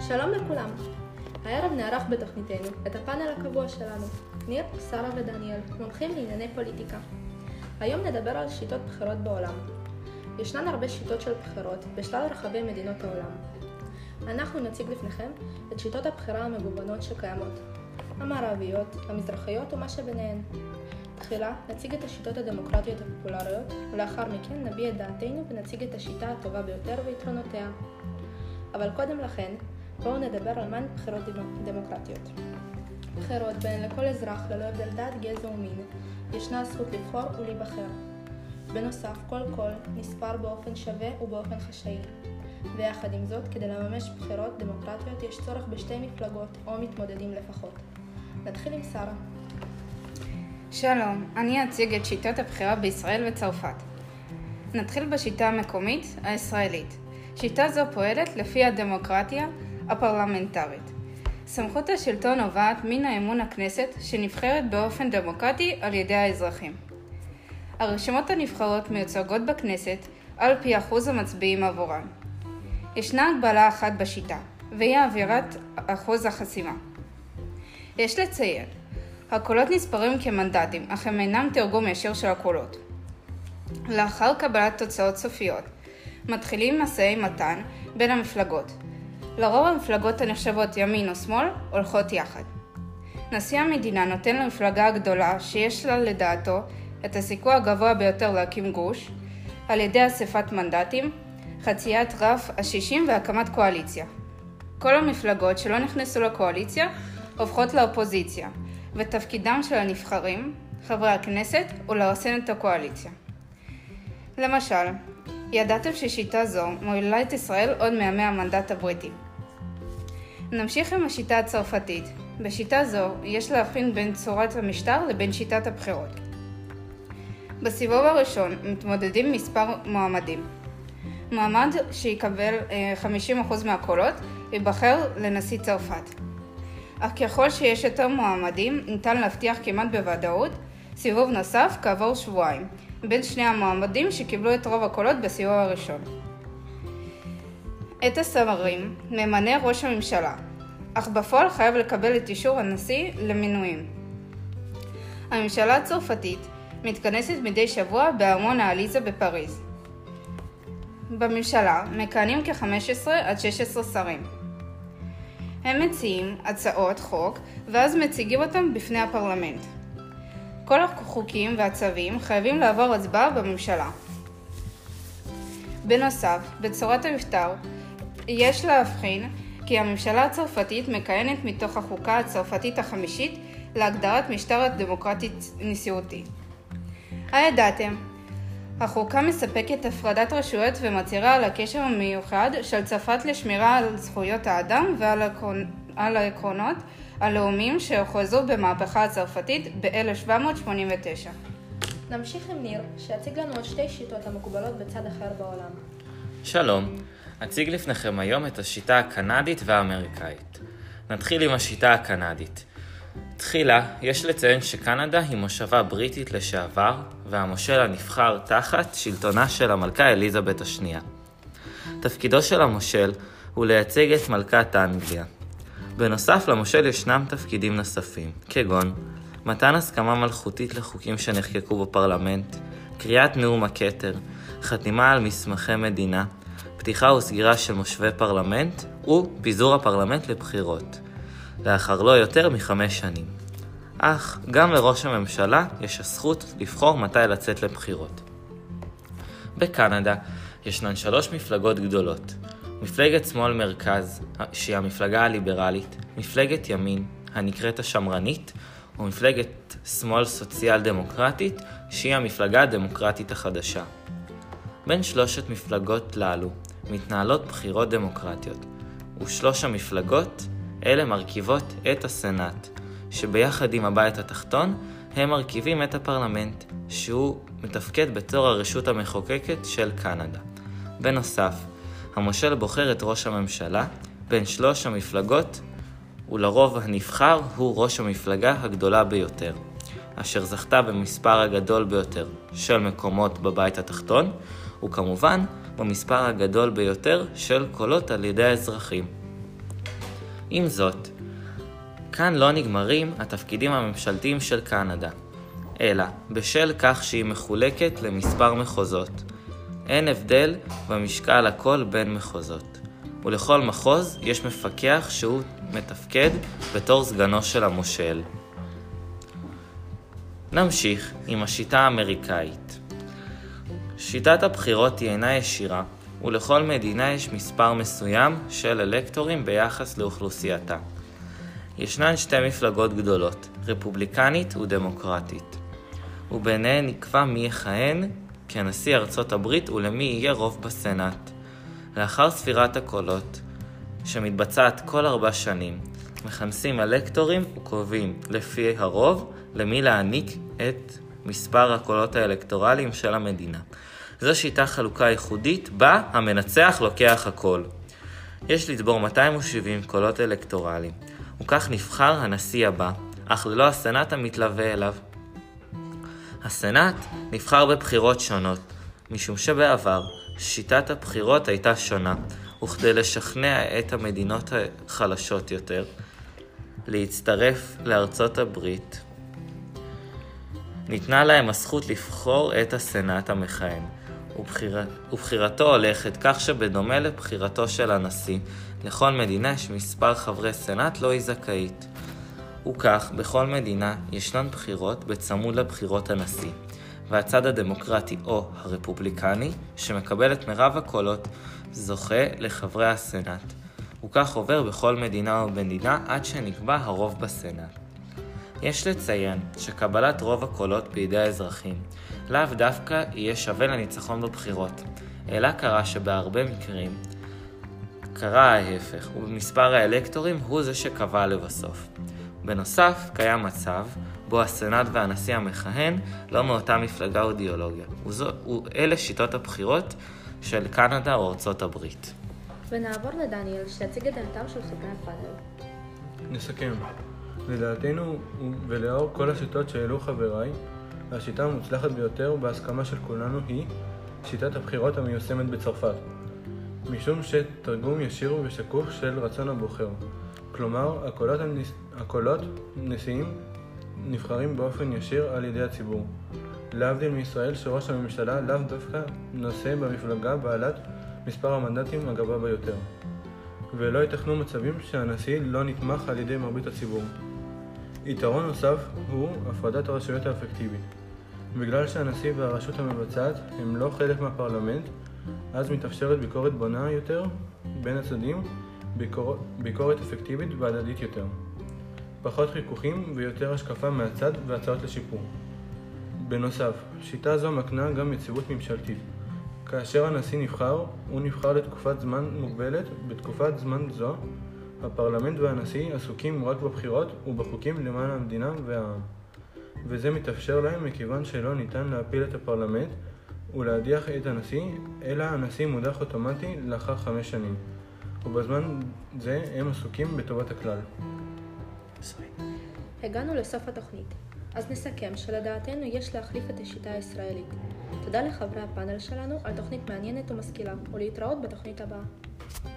שלום לכולם. הערב נערך בתוכניתנו את הפאנל הקבוע שלנו, ניר, שרה ודניאל, מומחים לענייני פוליטיקה. היום נדבר על שיטות בחירות בעולם. ישנן הרבה שיטות של בחירות בשלל רחבי מדינות העולם. אנחנו נציג לפניכם את שיטות הבחירה המגוונות שקיימות, המערביות, המזרחיות ומה שביניהן. תחילה נציג את השיטות הדמוקרטיות הפופולריות, ולאחר מכן נביע את דעתנו ונציג את השיטה הטובה ביותר ויתרונותיה. אבל קודם לכן, בואו נדבר על מהן בחירות דמוקרטיות. בחירות בהן לכל אזרח ללא הבדל דת, גזע ומין ישנה הזכות לבחור ולהיבחר. בנוסף, כל קול נספר באופן שווה ובאופן חשאי. ויחד עם זאת, כדי לממש בחירות דמוקרטיות יש צורך בשתי מפלגות או מתמודדים לפחות. נתחיל עם שרה. שלום, אני אציג את שיטות הבחירה בישראל וצרפת. נתחיל בשיטה המקומית הישראלית. שיטה זו פועלת לפי הדמוקרטיה הפרלמנטרית. סמכות השלטון נובעת מן האמון הכנסת שנבחרת באופן דמוקרטי על ידי האזרחים. הרשימות הנבחרות מיוצגות בכנסת על פי אחוז המצביעים עבורן. ישנה הגבלה אחת בשיטה, והיא עבירת אחוז החסימה. יש לציין, הקולות נספרים כמנדטים, אך הם אינם תרגום ישיר של הקולות. לאחר קבלת תוצאות סופיות, מתחילים משאי מתן בין המפלגות. לרוב המפלגות הנחשבות ימין או שמאל הולכות יחד. נשיא המדינה נותן למפלגה הגדולה שיש לה לדעתו את הסיכוי הגבוה ביותר להקים גוש, על ידי אספת מנדטים, חציית רף ה-60 והקמת קואליציה. כל המפלגות שלא נכנסו לקואליציה הופכות לאופוזיציה, ותפקידם של הנבחרים, חברי הכנסת, הוא לרסן את הקואליציה. למשל, ידעתם ששיטה זו מובילה את ישראל עוד מימי המנדט הבריטי. נמשיך עם השיטה הצרפתית. בשיטה זו יש להבחין בין צורת המשטר לבין שיטת הבחירות. בסיבוב הראשון מתמודדים מספר מועמדים. מועמד שיקבל 50% מהקולות ייבחר לנשיא צרפת. אך ככל שיש יותר מועמדים, ניתן להבטיח כמעט בוודאות סיבוב נוסף כעבור שבועיים, בין שני המועמדים שקיבלו את רוב הקולות בסיבוב הראשון. את השרים ממנה ראש הממשלה, אך בפועל חייב לקבל את אישור הנשיא למינויים. הממשלה הצרפתית מתכנסת מדי שבוע בארמון האליזה בפריז. בממשלה מכהנים כ-15 עד 16 שרים. הם מציעים הצעות חוק ואז מציגים אותם בפני הפרלמנט. כל החוקים והצווים חייבים לעבור הצבעה בממשלה. בנוסף, בצורת המשטר יש להבחין כי הממשלה הצרפתית מכהנת מתוך החוקה הצרפתית החמישית להגדרת משטר דמוקרטית נשיאותי. הידעתם, החוקה מספקת הפרדת רשויות ומצהירה על הקשר המיוחד של צרפת לשמירה על זכויות האדם ועל העקרונות הלאומיים שהוכרזו במהפכה הצרפתית ב-1789. נמשיך עם ניר, שיציג לנו עוד שתי שיטות המקובלות בצד אחר בעולם. שלום, אציג לפניכם היום את השיטה הקנדית והאמריקאית. נתחיל עם השיטה הקנדית. תחילה, יש לציין שקנדה היא מושבה בריטית לשעבר, והמושל הנבחר תחת שלטונה של המלכה אליזבת השנייה. תפקידו של המושל הוא לייצג את מלכת אנגליה. בנוסף למושל ישנם תפקידים נוספים, כגון מתן הסכמה מלכותית לחוקים שנחקקו בפרלמנט, קריאת נאום הכתר, חתימה על מסמכי מדינה, פתיחה וסגירה של מושבי פרלמנט ופיזור הפרלמנט לבחירות, לאחר לא יותר מ5 שנים. אך גם לראש הממשלה יש הזכות לבחור מתי לצאת לבחירות. בקנדה ישנן 3 מפלגות גדולות, מפלגת שמאל מרכז, שהיא המפלגה הליברלית, מפלגת ימין, הנקראת השמרנית, ומפלגת שמאל סוציאל דמוקרטית, שהיא המפלגה הדמוקרטית החדשה. בין 3 מפלגות לאלו מתנהלות בחירות דמוקרטיות, ושלוש המפלגות אלה מרכיבות את הסנאט, שביחד עם הבית התחתון הם מרכיבים את הפרלמנט, שהוא מתפקד בתור הרשות המחוקקת של קנדה. בנוסף, המושל בוחר את ראש הממשלה בין 3 המפלגות, ולרוב הנבחר הוא ראש המפלגה הגדולה ביותר, אשר זכתה במספר הגדול ביותר של מקומות בבית התחתון, וכמובן במספר הגדול ביותר של קולות על ידי האזרחים. עם זאת, כאן לא נגמרים התפקידים הממשלתיים של קנדה, אלא בשל כך שהיא מחולקת למספר מחוזות. אין הבדל במשקל הכל בין מחוזות, ולכל מחוז יש מפקח שהוא מתפקד בתור סגנו של המושל. נמשיך עם השיטה האמריקאית. שיטת הבחירות היא אינה ישירה, ולכל מדינה יש מספר מסוים של אלקטורים ביחס לאוכלוסייתה. ישנן שתי מפלגות גדולות, רפובליקנית ודמוקרטית, וביניהן נקבע מי יכהן כנשיא ארצות הברית ולמי יהיה רוב בסנאט. לאחר ספירת הקולות, שמתבצעת כל 4 שנים, מכנסים אלקטורים וקובעים לפי הרוב למי להעניק את מספר הקולות האלקטורליים של המדינה. זו שיטה חלוקה ייחודית בה המנצח לוקח הכל. יש לצבור 270 קולות אלקטורליים, וכך נבחר הנשיא הבא, אך ללא הסנאט המתלווה אליו. הסנאט נבחר בבחירות שונות, משום שבעבר שיטת הבחירות הייתה שונה, וכדי לשכנע את המדינות החלשות יותר להצטרף לארצות הברית, ניתנה להם הזכות לבחור את הסנאט המכהן, ובחירתו הולכת כך שבדומה לבחירתו של הנשיא, לכל מדינה יש מספר חברי סנאט לא היא זכאית. וכך, בכל מדינה ישנן בחירות בצמוד לבחירות הנשיא, והצד הדמוקרטי או הרפובליקני, שמקבל את מרב הקולות, זוכה לחברי הסנאט. וכך עובר בכל מדינה ומדינה עד שנקבע הרוב בסנאט. יש לציין שקבלת רוב הקולות בידי האזרחים לאו דווקא יהיה שווה לניצחון בבחירות, אלא קרה שבהרבה מקרים קרה ההפך, ובמספר האלקטורים הוא זה שקבע לבסוף. בנוסף, קיים מצב בו הסנאט והנשיא המכהן לא מאותה מפלגה או אידיאולוגיה. אלה שיטות הבחירות של קנדה או ארצות הברית. ונעבור לדניאל שיציג את דעתם של חברי הפאנל. נסכם. לדעתנו ולאור כל השיטות שהעלו חבריי, השיטה המוצלחת ביותר בהסכמה של כולנו היא שיטת הבחירות המיושמת בצרפת. משום שתרגום ישיר ושקוף של רצון הבוחר. כלומר, הקולות נשיאים נבחרים באופן ישיר על ידי הציבור. להבדיל מישראל שראש הממשלה לאו דווקא נושא במפלגה בעלת מספר המנדטים הגבוה ביותר. ולא ייתכנו מצבים שהנשיא לא נתמך על ידי מרבית הציבור. יתרון נוסף הוא הפרדת הרשויות האפקטיבית. בגלל שהנשיא והרשות המבצעת הם לא חלק מהפרלמנט, אז מתאפשרת ביקורת בונה יותר בין הצדדים, ביקורת אפקטיבית והדדית יותר. פחות חיכוכים ויותר השקפה מהצד והצעות לשיפור. בנוסף, שיטה זו מקנה גם יציבות ממשלתית. כאשר הנשיא נבחר, הוא נבחר לתקופת זמן מוגבלת. בתקופת זמן זו, הפרלמנט והנשיא עסוקים רק בבחירות ובחוקים למען המדינה והעם. וזה מתאפשר להם מכיוון שלא ניתן להפיל את הפרלמנט ולהדיח את הנשיא, אלא הנשיא מודח אוטומטי לאחר 5 שנים. ובזמן זה הם עסוקים בטובת הכלל. הגענו לסוף התוכנית, אז נסכם שלדעתנו יש להחליף את השיטה הישראלית. תודה לחברי הפאנל שלנו על תוכנית מעניינת ומשכילה, ולהתראות בתוכנית הבאה.